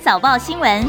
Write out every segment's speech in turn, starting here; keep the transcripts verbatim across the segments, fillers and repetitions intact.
早报新闻。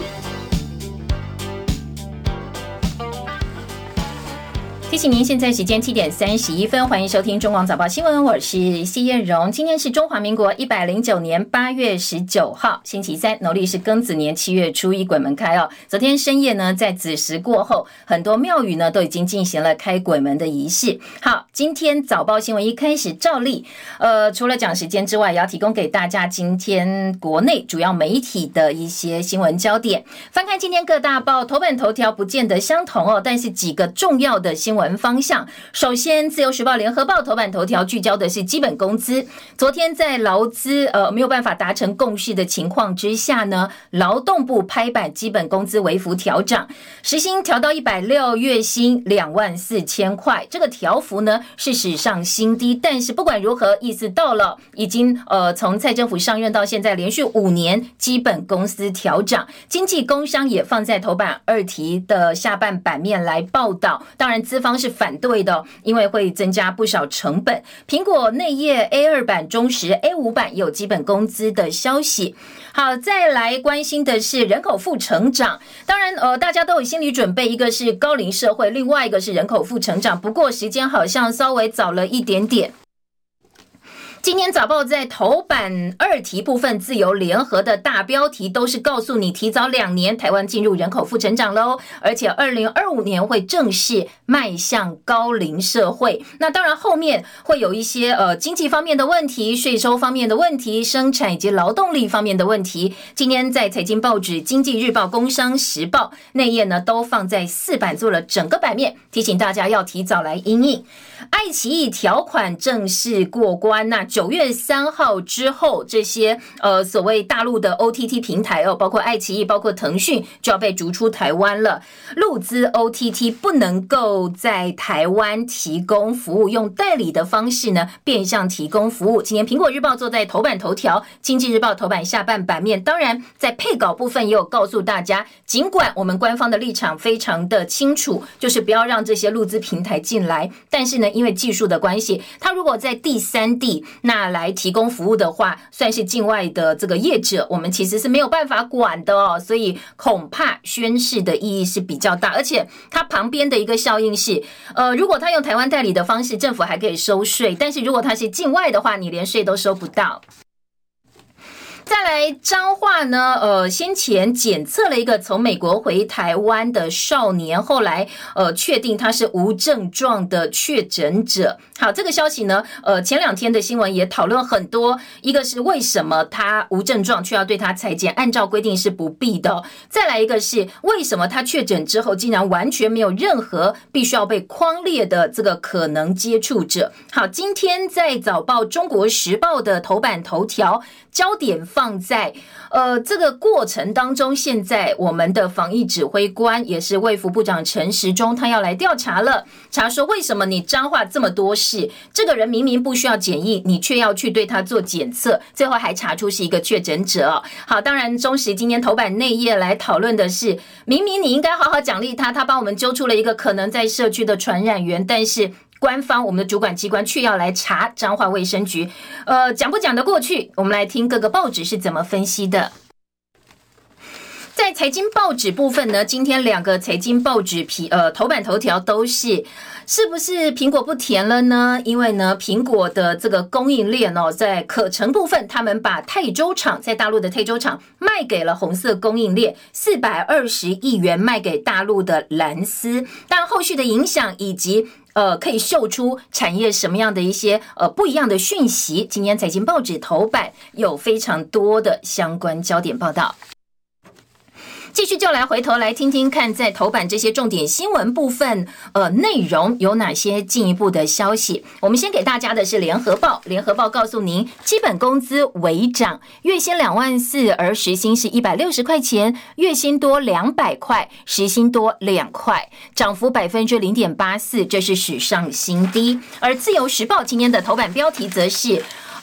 提醒您，现在时间七点三十一分，欢迎收听中广早报新闻，我是谢燕荣。今天是中华民国一百零九年八月十九号，星期三，农历是庚子年七月初一，鬼门开哦。昨天深夜呢，在子时过后，很多庙宇呢都已经进行了开鬼门的仪式。好，今天早报新闻一开始照例，呃，除了讲时间之外，也要提供给大家今天国内主要媒体的一些新闻焦点。翻看今天各大报头版头条，不见得相同哦，但是几个重要的新闻方向。首先，自由时报、联合报头版头条聚焦的是基本工资。昨天在劳资呃没有办法达成共识的情况之下呢，劳动部拍板基本工资微幅调涨，时薪调到一百六，月薪两万四千块。这个调幅呢是史上新低，但是不管如何，意思到了，已经呃从蔡政府上任到现在连续五年基本工资调涨，经济工商也放在头版二题的下半版面来报道。当然资方是反对的，因为会增加不少成本。苹果内页 A 二 版、中时 A 五 版也有基本工资的消息。好，再来关心的是人口负成长。当然呃，大家都有心理准备，一个是高龄社会，另外一个是人口负成长，不过时间好像稍微早了一点点。今天早报在头版二题部分，自由联合的大标题都是告诉你，提早两年台湾进入人口负成长喽，而且二零二五年会正式迈向高龄社会。那当然后面会有一些呃经济方面的问题、税收方面的问题、生产以及劳动力方面的问题。今天在财经报纸、经济日报、工商时报内页呢，都放在四版做了整个版面，提醒大家要提早来因应。爱奇艺条款正式过关，那九月三号之后，这些呃所谓大陆的 O T T 平台哦，包括爱奇艺、包括腾讯，就要被逐出台湾了。陆资 O T T 不能够在台湾提供服务，用代理的方式呢变相提供服务。今天苹果日报坐在头版头条，经济日报头版下半版面，当然在配稿部分也有告诉大家，尽管我们官方的立场非常的清楚，就是不要让这些陆资平台进来，但是呢因为技术的关系，它如果在第三地那来提供服务的话，算是境外的这个业者，我们其实是没有办法管的哦，所以恐怕宣示的意义是比较大，而且它旁边的一个效应是，呃，如果他用台湾代理的方式，政府还可以收税，但是如果他是境外的话，你连税都收不到。再来彰化呢，呃，先前检测了一个从美国回台湾的少年，后来呃确定他是无症状的确诊者。好，这个消息呢，呃，前两天的新闻也讨论很多，一个是为什么他无症状却要对他采检，按照规定是不必的。再来一个是为什么他确诊之后竟然完全没有任何必须要被匡列的这个可能接触者。好，今天在早报中国时报的头版头条，焦点放在呃这个过程当中，现在我们的防疫指挥官也是卫福部长陈时中，他要来调查了，查说为什么你彰化这么多事，这个人明明不需要检疫，你却要去对他做检测，最后还查出是一个确诊者哦。好，当然中时今天头版内页来讨论的是，明明你应该好好奖励他，他帮我们揪出了一个可能在社区的传染源，但是官方我们的主管机关却要来查彰化卫生局，呃，讲不讲得过去？我们来听各个报纸是怎么分析的。在财经报纸部分呢，今天两个财经报纸皮呃头版头条都是，是不是苹果不甜了呢？因为呢，苹果的这个供应链哦，在可成部分，他们把泰州厂在大陆的泰州厂卖给了红色供应链，四百二十亿元卖给大陆的蓝思，但后续的影响以及呃，可以嗅出产业什么样的一些呃不一样的讯息。今天财经报纸头版有非常多的相关焦点报道。继续就来回头来听听看，在头版这些重点新闻部分，呃，内容有哪些进一步的消息？我们先给大家的是联合报，联合报告诉您，基本工资微涨，月薪两万四，而时薪是一百六十块钱，月薪多两百块，时薪多两块，涨幅百分之零点八四，这是史上新低。而自由时报今天的头版标题则是。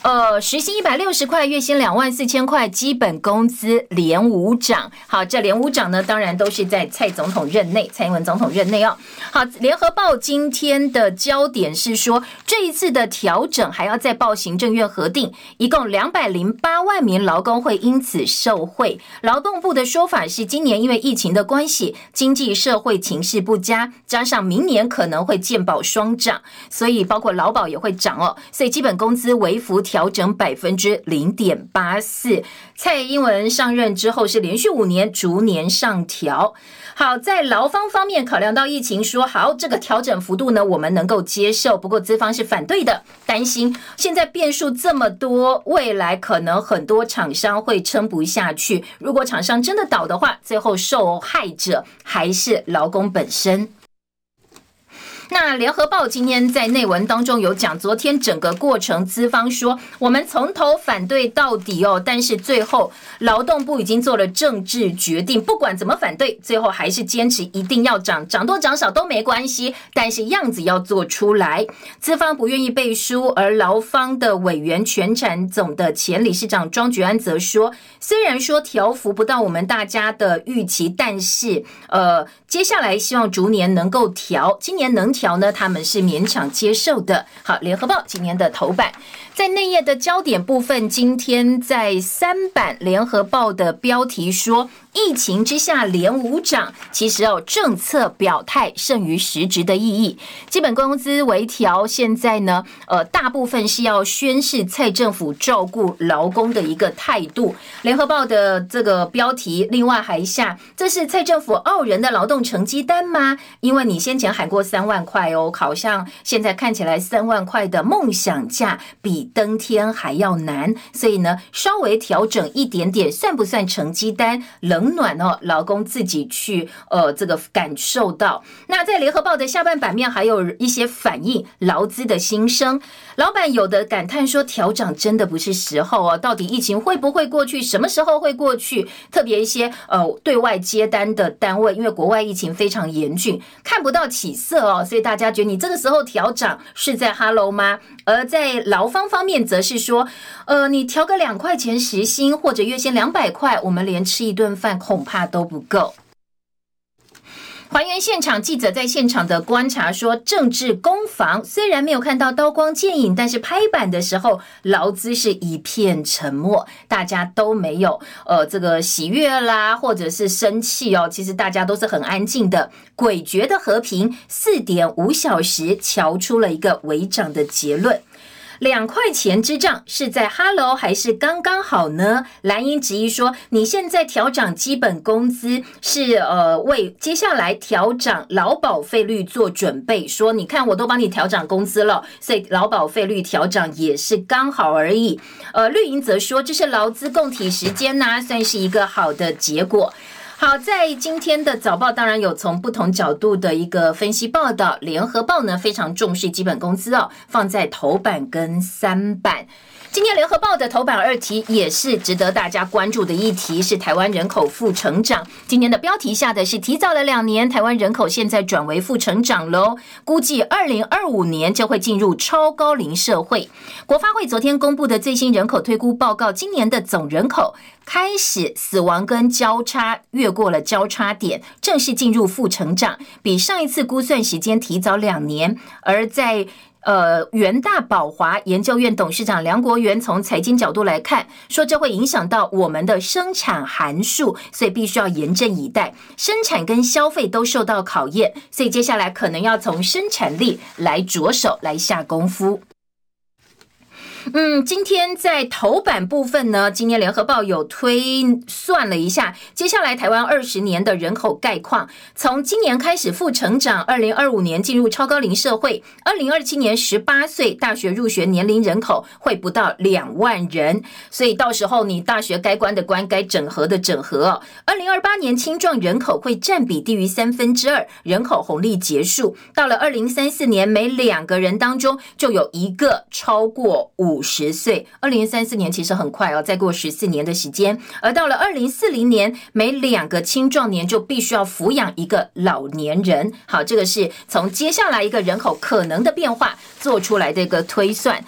呃，时薪一百六十块，月薪两万四千块，基本工资连五涨。好，这连五涨呢，当然都是在蔡总统任内，蔡英文总统任内哦。好，联合报今天的焦点是说，这一次的调整还要再报行政院核定，一共两百零八万名劳工会因此受惠。劳动部的说法是，今年因为疫情的关系，经济社会情势不佳，加上明年可能会健保双涨，所以包括劳保也会涨哦，所以基本工资微幅调整百分之零点八四。蔡英文上任之后是连续五年逐年上调。好，在劳方方面考量到疫情，说好这个调整幅度呢，我们能够接受，不过资方是反对的，担心现在变数这么多，未来可能很多厂商会撑不下去，如果厂商真的倒的话，最后受害者还是劳工本身。那联合报今天在内文当中有讲，昨天整个过程资方说我们从头反对到底哦，但是最后劳动部已经做了政治决定，不管怎么反对，最后还是坚持一定要涨，涨多涨少都没关系，但是样子要做出来。资方不愿意背书，而劳方的委员全产总的前理事长庄菊安则说，虽然说调幅不到我们大家的预期，但是呃，接下来希望逐年能够调，今年能调呢，他们是勉强接受的。好，联合报今年的头版，在内页的焦点部分，今天在三版联合报的标题说，疫情之下连五涨，其实哦，政策表态胜于实质的意义。基本工资微调，现在呢，呃，大部分是要宣示蔡政府照顾劳工的一个态度。联合报的这个标题，另外还下，这是蔡政府傲人的劳动成绩单吗？因为你先前喊过三万块哦，好像现在看起来三万块的梦想价比登天还要难，所以呢，稍微调整一点点，算不算成绩单？冷暖哦，劳工自己去呃这个感受到。那在联合报的下半版面还有一些反映劳资的心声，老板有的感叹说，调涨真的不是时候哦，到底疫情会不会过去？什么时候会过去？特别一些呃对外接单的单位，因为国外疫情非常严峻，看不到起色哦，所以大家觉得你这个时候调涨是在 Hello 吗？而在劳方方面则是说，呃，你调个两块钱时薪或者月薪两百块，我们连吃一顿饭恐怕都不够。还原现场，记者在现场的观察说，政治攻防虽然没有看到刀光剑影，但是拍板的时候，劳资是一片沉默，大家都没有呃这个喜悦啦，或者是生气哦，其实大家都是很安静的。诡谲的和平，四点五小时瞧出了一个微涨的结论。两块钱之涨是在 Hello 还是刚刚好呢？蓝营质疑说，你现在调涨基本工资是呃为接下来调涨劳保费率做准备，说你看我都帮你调涨工资了，所以劳保费率调涨也是刚好而已。呃，绿营则说这是劳资共体时间呐、啊，算是一个好的结果。好，在今天的早报当然有从不同角度的一个分析报道，联合报呢非常重视基本工资哦，放在头版跟三版。今天联合报的头版二题也是值得大家关注的议题，是台湾人口负成长。今天的标题下的是提早了两年，台湾人口现在转为负成长喽，估计二零二五年就会进入超高龄社会。国发会昨天公布的最新人口推估报告，今年的总人口开始死亡跟交叉越过了交叉点，正式进入负成长，比上一次估算时间提早两年。而在呃，元大宝华研究院董事长梁国元从财经角度来看，说这会影响到我们的生产函数，所以必须要严阵以待。生产跟消费都受到考验，所以接下来可能要从生产力来着手来下功夫。嗯，今天在头版部分呢，今天联合报有推算了一下，接下来台湾二十年的人口概况，从今年开始负成长，二零二五年进入超高龄社会，二零二七年十八岁大学入学年龄人口会不到两万人，所以到时候你大学该关的关，该整合的整合哦。二零二八年青壮人口会占比低于三分之二，人口红利结束，到了二零三四年，每两个人当中就有一个超过五十岁，二零三四年其实很快哦，再过十四年的时间，而到了二零四零年，每两个青壮年就必须要抚养一个老年人。好，这个是从接下来一个人口可能的变化做出来的一个推算。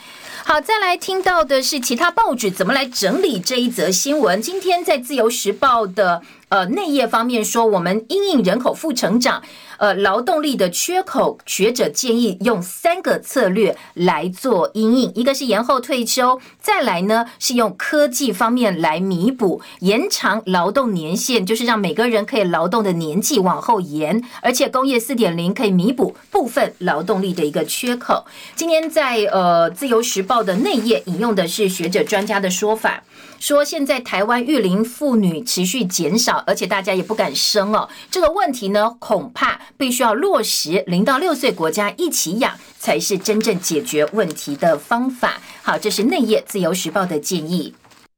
好，再来听到的是其他报纸怎么来整理这一则新闻。今天在自由时报的呃内页方面说，我们因应人口负成长，呃劳动力的缺口，学者建议用三个策略来做因应，一个是延后退休，再来呢是用科技方面来弥补，延长劳动年限，就是让每个人可以劳动的年纪往后延，而且工业 四点零 可以弥补部分劳动力的一个缺口。今天在呃自由时报的内页引用的是学者专家的说法，说现在台湾育龄妇女持续减少，而且大家也不敢生哦。这个问题呢，恐怕必须要落实零到六岁国家一起养，才是真正解决问题的方法。好，这是内页自由时报的建议。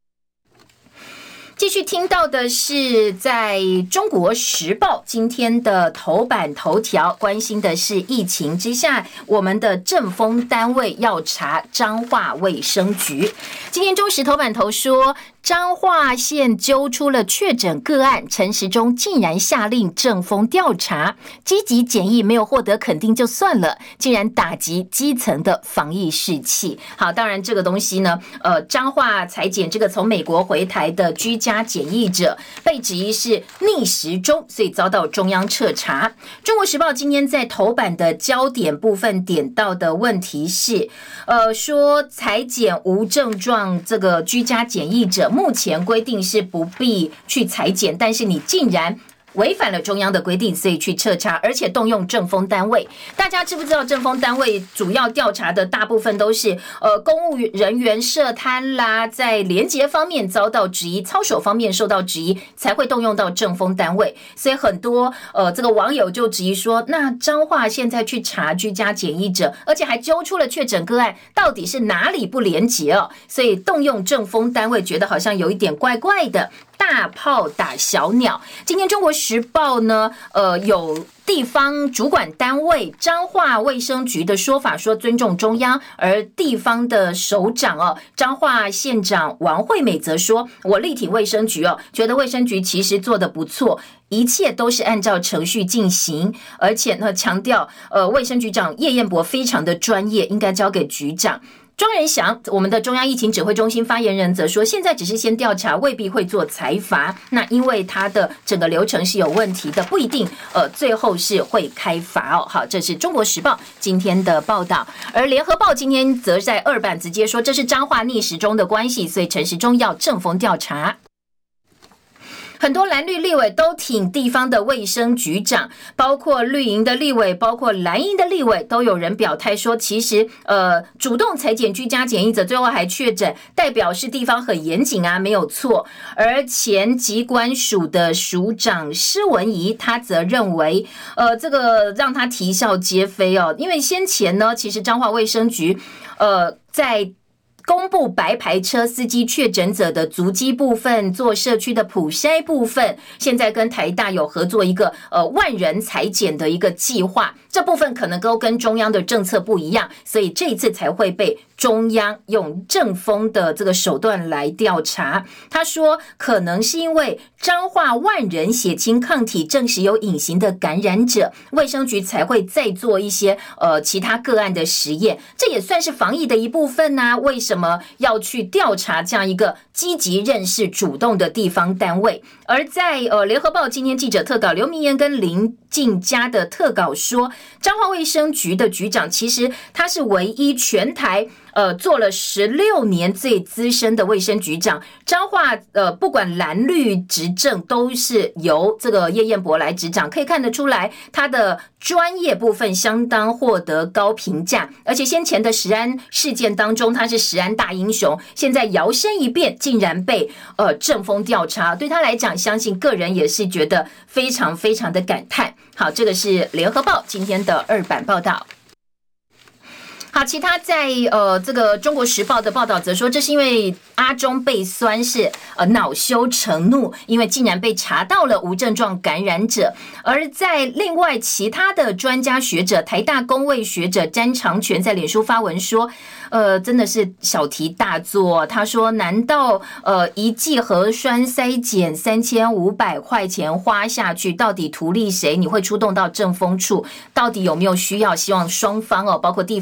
继续听到的是在中国时报今天的头版头条，关心的是疫情之下，我们的政风单位要查彰化卫生局。今天中时头版头说，彰化县揪出了确诊个案，陈时中竟然下令政风调查，积极检疫没有获得肯定就算了，竟然打击基层的防疫士气。好，当然这个东西呢，呃，彰化裁检这个从美国回台的居家检疫者被质疑是逆时钟，所以遭到中央彻查。中国时报今天在头版的焦点部分点到的问题是，呃，说裁检无症状这个居家检疫者，目前规定是不必去裁检，但是你竟然违反了中央的规定，所以去彻查，而且动用政风单位。大家知不知道政风单位主要调查的大部分都是呃公务人员涉贪啦，在廉洁方面遭到质疑，操守方面受到质疑，才会动用到政风单位。所以很多呃这个网友就质疑说，那彰化现在去查居家检疫者，而且还揪出了确诊个案，到底是哪里不廉洁哦？所以动用政风单位，觉得好像有一点怪怪的。大炮打小鸟。今天中国时报呢，呃，有地方主管单位彰化卫生局的说法，说尊重中央，而地方的首长哦，彰化县长王惠美则说，我力挺卫生局哦，觉得卫生局其实做得不错。一切都是按照程序进行，而且呢，强调，呃，卫生局长叶彦博非常的专业，应该交给局长。庄人祥，我们的中央疫情指挥中心发言人则说，现在只是先调查，未必会做裁罚。那因为他的整个流程是有问题的，不一定呃最后是会开罚哦。好，这是中国时报今天的报道，而联合报今天则在二版直接说，这是彰化逆时钟的关系，所以陈时中要政风调查。很多蓝绿立委都挺地方的卫生局长，包括绿营的立委，包括蓝营的立委，都有人表态说，其实呃主动裁检居家检疫者最后还确诊，代表是地方很严谨啊，没有错。而前疾管署的署长施文仪，他则认为，呃这个让他啼笑皆非哦，因为先前呢，其实彰化卫生局呃在公布白牌车司机确诊者的足迹部分，做社区的普筛部分，现在跟台大有合作一个呃万人采检的一个计划，这部分可能都跟中央的政策不一样，所以这一次才会被中央用政风的这个手段来调查。他说，可能是因为彰化万人血清抗体证实有隐形的感染者，卫生局才会再做一些呃其他个案的实验，这也算是防疫的一部分啊。为什么要去调查这样一个积极认识主动的地方单位？而在呃联合报今天记者特稿，刘明言跟林静佳的特稿说，彰化卫生局的局长其实他是唯一全台呃做了十六年最资深的卫生局长。彰化呃不管蓝绿执政都是由这个叶彦博来执掌，可以看得出来他的专业部分相当获得高评价。而且先前的食安事件当中，他是食安大英雄，现在摇身一变竟然被呃政风调查，对他来讲，相信个人也是觉得非常非常的感叹。好，这个是联合报今天的二版报道。好，其他在呃这个中国时报的报道则说，这是因为阿中被酸是呃恼羞成怒，因为竟然被查到了无症状感染者。而在另外其他的专家学者，台大公卫学者詹长全在脸书发文说，呃真的是小题大做。他说，难道呃一剂核酸筛检三千五百块钱花下去，到底图利谁？你会出动到政风处，到底有没有需要？希望双方哦，包括地方，包括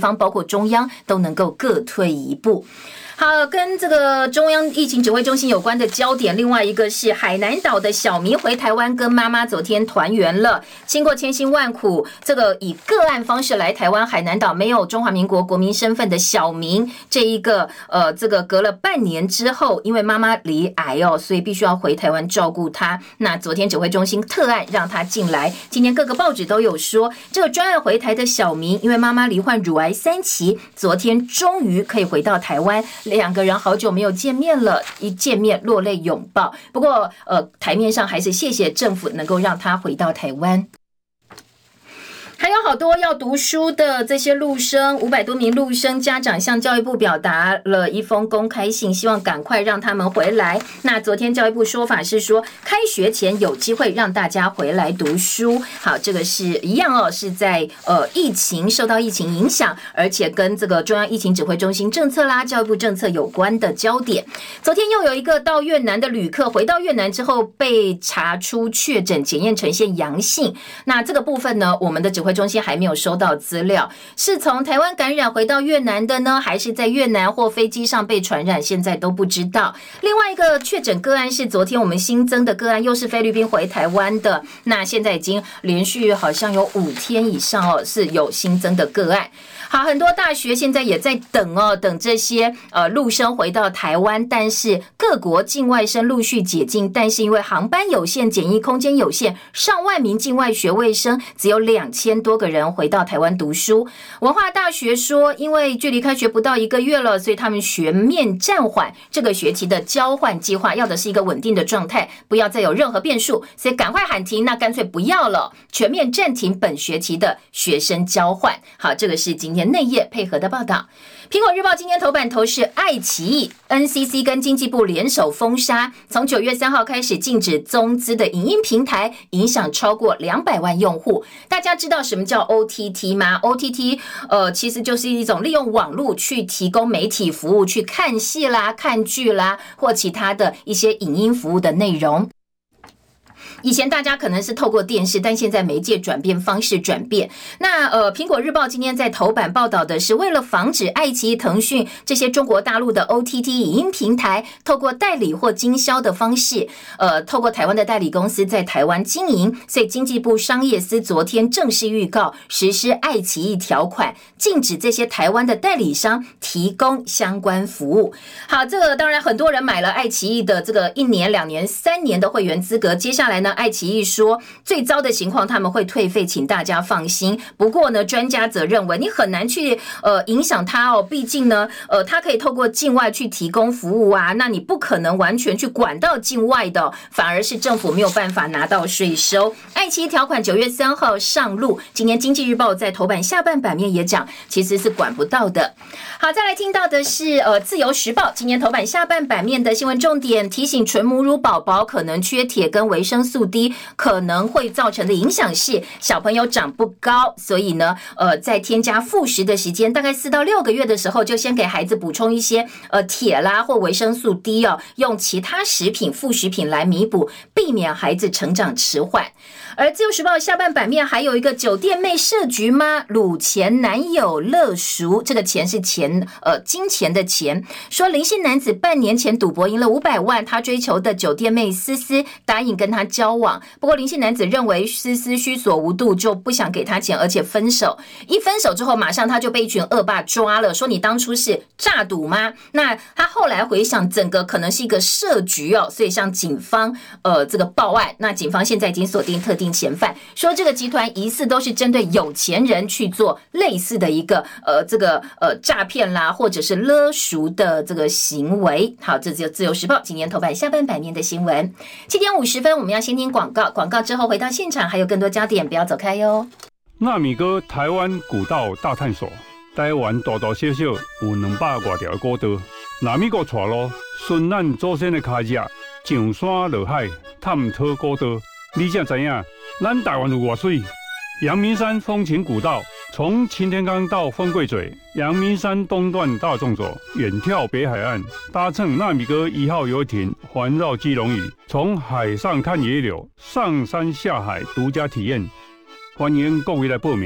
中央都能够各退一步。好，跟这个中央疫情指挥中心有关的焦点，另外一个是海南岛的小明回台湾，跟妈妈昨天团圆了。经过千辛万苦，这个以个案方式来台湾海南岛，没有中华民国国民身份的小明，这一个呃，这个隔了半年之后，因为妈妈罹癌哦，所以必须要回台湾照顾他。那昨天指挥中心特案让他进来，今天各个报纸都有说，这个专案回台的小明，因为妈妈罹患乳癌三期，昨天终于可以回到台湾。两个人好久没有见面了，一见面落泪拥抱。不过，呃，台面上还是谢谢政府能够让他回到台湾。还有好多要读书的这些陆生，五百多名陆生家长向教育部表达了一封公开信，希望赶快让他们回来。那昨天教育部说法是说，开学前有机会让大家回来读书。好，这个是一样哦，是在呃疫情受到疫情影响，而且跟这个中央疫情指挥中心政策啦、教育部政策有关的焦点。昨天又有一个到越南的旅客回到越南之后被查出确诊，检验呈现阳性。那这个部分呢，我们的指挥中心还没有收到资料，是从台湾感染回到越南的呢，还是在越南或飞机上被传染，现在都不知道。另外一个确诊个案是昨天我们新增的个案，又是菲律宾回台湾的，那现在已经连续好像有五天以上哦，是有新增的个案。好，很多大学现在也在等哦，等这些呃陆生回到台湾，但是各国境外生陆续解禁，但是因为航班有限，检疫空间有限，上万名境外学位生只有两千多个人回到台湾读书。文化大学说，因为距离开学不到一个月了，所以他们全面暂缓这个学期的交换计划，要的是一个稳定的状态，不要再有任何变数，所以赶快喊停，那干脆不要了，全面暂停本学期的学生交换。好，这个是今天内页配合的报道。苹果日报今天头版头是爱奇艺 N C C 跟经济部联手封杀，从九月三号开始禁止中资的影音平台，影响超过两百万用户。大家知道什么叫 O T T 吗？ O T T 呃，其实就是一种利用网络去提供媒体服务，去看戏啦、看剧啦，或其他的一些影音服务的内容。以前大家可能是透过电视，但现在媒介转变，方式转变。那呃，苹果日报今天在头版报道的是，为了防止爱奇艺、腾讯这些中国大陆的 O T T 影音平台透过代理或经销的方式，呃，透过台湾的代理公司在台湾经营，所以经济部商业司昨天正式预告实施爱奇艺条款，禁止这些台湾的代理商提供相关服务。好，这个当然很多人买了爱奇艺的这个一年、两年、三年的会员资格，接下来呢，爱奇艺说最糟的情况他们会退费，请大家放心。不过呢，专家则认为你很难去呃影响它哦，毕竟呢，呃，它可以透过境外去提供服务啊，那你不可能完全去管到境外的，反而是政府没有办法拿到税收。爱奇艺条款九月三号上路，今年经济日报在头版下半版面也讲，其实是管不到的。好，再来听到的是呃自由时报今年头版下半版面的新闻重点，提醒纯母乳宝宝可能缺铁跟维生素 D， 可能会造成的影响是小朋友长不高，所以呢，呃，在添加副食的时间，大概四到六个月的时候，就先给孩子补充一些呃铁啦或维生素 D 哦，用其他食品副食品来弥补，避免孩子成长迟缓。而自由时报下半版面还有一个酒店妹设局吗？掳钱男友勒赎，这个钱是钱呃金钱的钱。说林姓男子半年前赌博赢了五百万，他追求的酒店妹思思答应跟他交往，不过林姓男子认为思思虚所无度，就不想给他钱，而且分手。一分手之后，马上他就被一群恶霸抓了，说你当初是诈赌吗？那他后来回想，整个可能是一个设局哦，所以向警方呃这个报案。那警方现在已经锁定特定嫌犯，说这个集团疑似都是针对有钱人去做类似的一个呃这个呃诈骗啦，或者是勒赎的这个行为。好，这就是自由时报今年头版下半版面的新闻。七点五十分，我们要先听广告，广告之后回到现场，还有更多焦点，不要走开哟。 纳米哥台湾古道大探索，台湾大大小小有两百多条的古道，纳米哥带路，顺咱祖先的脚迹，上山落海，探讨古道。你才知影，咱台湾有偌水。阳明山风情古道，从擎天岗到丰贵嘴，阳明山东段大纵走，远眺北海岸，搭乘纳米哥一号游艇环绕基隆屿，从海上看野柳，上山下海独家体验。欢迎各位来报名。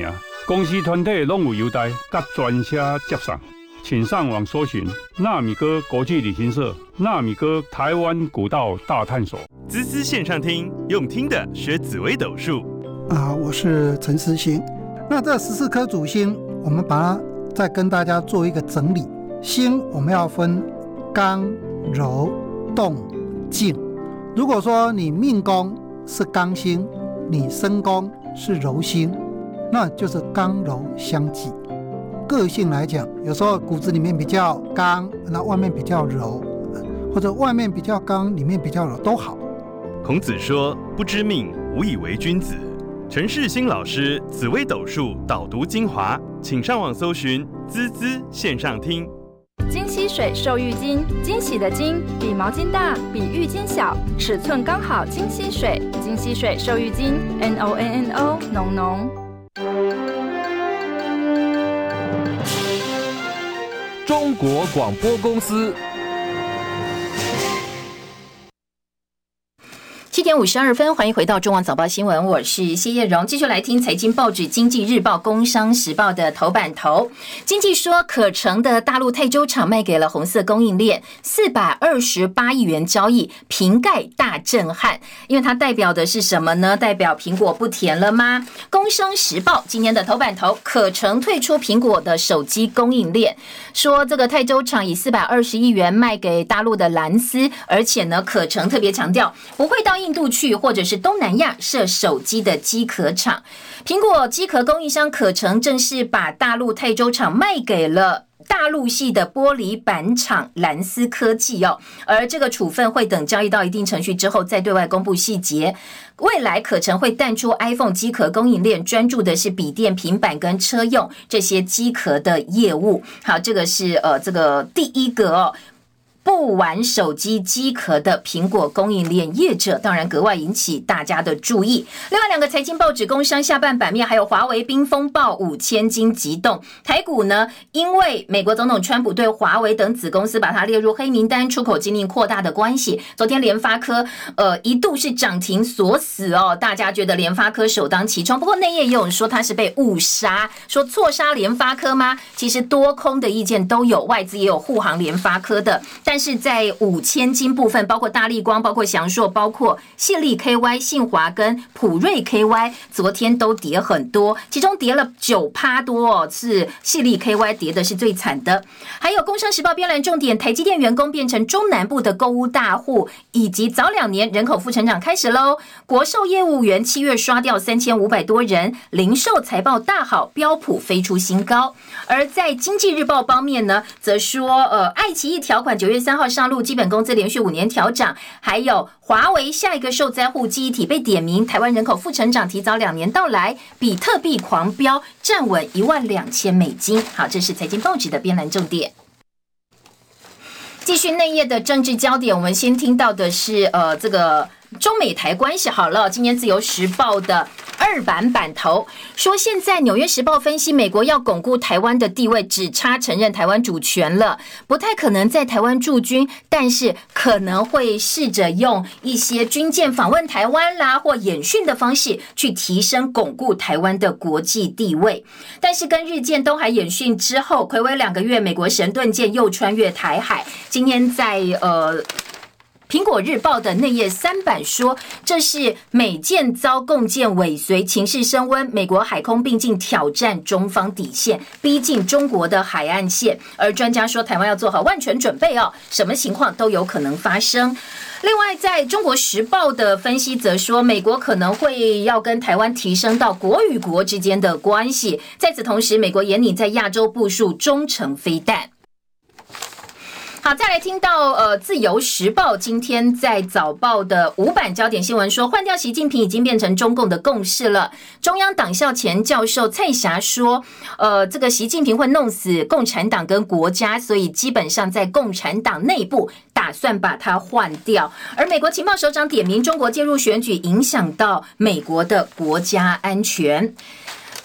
公司团队拢有优待，甲专车接送。请上网搜寻纳米哥国际旅行社、纳米哥台湾古道大探索。 滋滋线上听，用听的学紫微斗数。 啊，我是陈思兴。那这十四颗主星，我们把它再跟大家做一个整理。星我们要分刚、柔、动、静。如果说你命宫是刚星，你身宫是柔星，那就是刚柔相济。个性来讲，有时候骨子里面比较刚，那外面比较柔，或者外面比较刚，里面比较柔都好。 孔子说：“不知命，无以为君子。”陈世新老师紫微斗数导读精华，请上网搜寻“滋滋线上听”。 金溪水受浴巾，惊喜的金比毛巾大，比浴巾小，尺寸刚好。金溪水，金溪水受浴巾 ，N O N N O， 浓浓。 中国广播公司。 七点五十二分，欢迎回到中广早报新闻，我是谢叶荣，继续来听财经报纸《经济日报》、《工商时报》的头版头。经济说，可成的大陆泰州厂卖给了红色供应链，四百二十八亿元交易，瓶盖大震撼。因为它代表的是什么呢？代表苹果不甜了吗？《工商时报》今天的头版头，可成退出苹果的手机供应链，说这个泰州厂以四百二十亿元卖给大陆的蓝思，而且呢，可成特别强调不会到印度去或者是东南亚设手机的机壳厂。苹果机壳供应商可成正式把大陆泰州厂卖给了大陆系的玻璃板厂蓝思科技哦，而这个处分会等交易到一定程序之后再对外公布细节。未来可成会淡出 iPhone 机壳供应链，专注的是笔电、平板跟车用这些机壳的业务。好，这个是呃这个第一个哦。不玩手机机壳的苹果供应链业者，当然格外引起大家的注意。另外两个财经报纸工商下半版面，还有华为冰风暴五千金急动。台股呢，因为美国总统川普对华为等子公司把它列入黑名单，出口禁令扩大的关系，昨天联发科呃一度是涨停锁死哦，大家觉得联发科首当其冲。不过内页也有人说它是被误杀，说错杀联发科吗？其实多空的意见都有，外资也有护航联发科的。但是在五千金部分，包括大立光、包括祥硕、包括信利 K Y、信华跟普瑞 K Y， 昨天都跌很多，其中跌了 百分之九 多哦，是信利 K Y 跌的是最惨的。还有工商时报编栏重点，台积电员工变成中南部的购物大户，以及早两年人口负成长开始喽。国售业务员七月刷掉三千五百多人，零售财报大好，标普飞出新高。而在经济日报方面呢，则说呃，爱奇艺条款九月三号上路，基本工资连续五年调涨，还有华为下一个受灾户记忆体被点名，台湾人口负成长提早两年到来，比特币狂飙，站稳一万两千美金。好，这是财经报纸的编栏重点。继续内页的政治焦点，我们先听到的是呃这个中美台关系。好了，今天自由时报的二版版头说，现在纽约时报分析，美国要巩固台湾的地位，只差承认台湾主权了，不太可能在台湾驻军，但是可能会试着用一些军舰访问台湾啦，或演训的方式去提升巩固台湾的国际地位。但是跟日舰东海演训之后，睽违两个月，美国神盾舰又穿越台海，今天在呃苹果日报的内页三版说，这是美舰遭共舰尾随，情势升温，美国海空并进挑战中方底线，逼近中国的海岸线。而专家说，台湾要做好万全准备哦，什么情况都有可能发生。另外，在中国时报的分析则说，美国可能会要跟台湾提升到国与国之间的关系。在此同时，美国也拟在亚洲部署中程飞弹。好，再来听到呃，《自由时报》今天在早报的五版焦点新闻说，换掉习近平已经变成中共的共识了。中央党校前教授蔡霞说，呃，这个习近平会弄死共产党跟国家，所以基本上在共产党内部打算把它换掉。而美国情报首长点名中国介入选举，影响到美国的国家安全。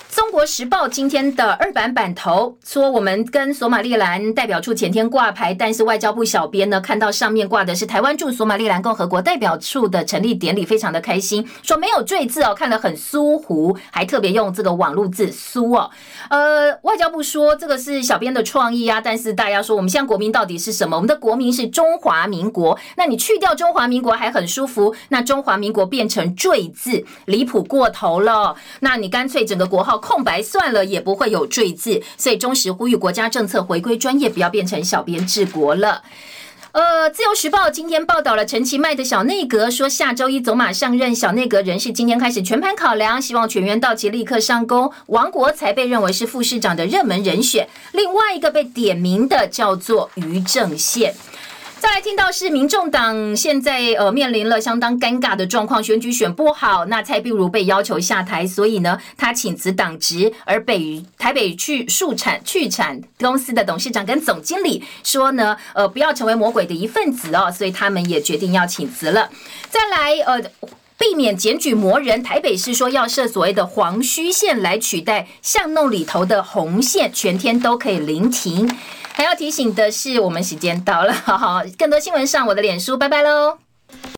中国时报今天的二版版头说，我们跟索马利兰代表处前天挂牌，但是外交部小编呢看到上面挂的是台湾驻索马利兰共和国代表处的成立典礼，非常的开心，说没有赘字哦，看得很苏胡，还特别用这个网路字苏哦。呃，外交部说这个是小编的创意啊，但是大家说我们现在国民到底是什么？我们的国民是中华民国，那你去掉中华民国还很舒服，那中华民国变成赘字，离谱过头了。那你干脆整个国号空白算了，也不会有赘字，所以中时呼吁国家政策回归专业，不要变成小编治国了。呃，自由时报今天报道了陈其迈的小内阁，说下周一走马上任，小内阁人士今天开始全盘考量，希望全员到齐立刻上工。王国才被认为是副市长的热门人选，另外一个被点名的叫做于正宪。再来听到是民众党现在呃面临了相当尴尬的状况，选举选不好，那蔡壁如被要求下台，所以呢他请辞党职，而北台北去树产去产公司的董事长跟总经理说呢，呃不要成为魔鬼的一份子哦，所以他们也决定要请辞了。再来呃。避免检举魔人，台北市说要设所谓的黄虚线来取代巷弄里头的红线，全天都可以临停。还要提醒的是，我们时间到了，好好，更多新闻上我的脸书，拜拜喽。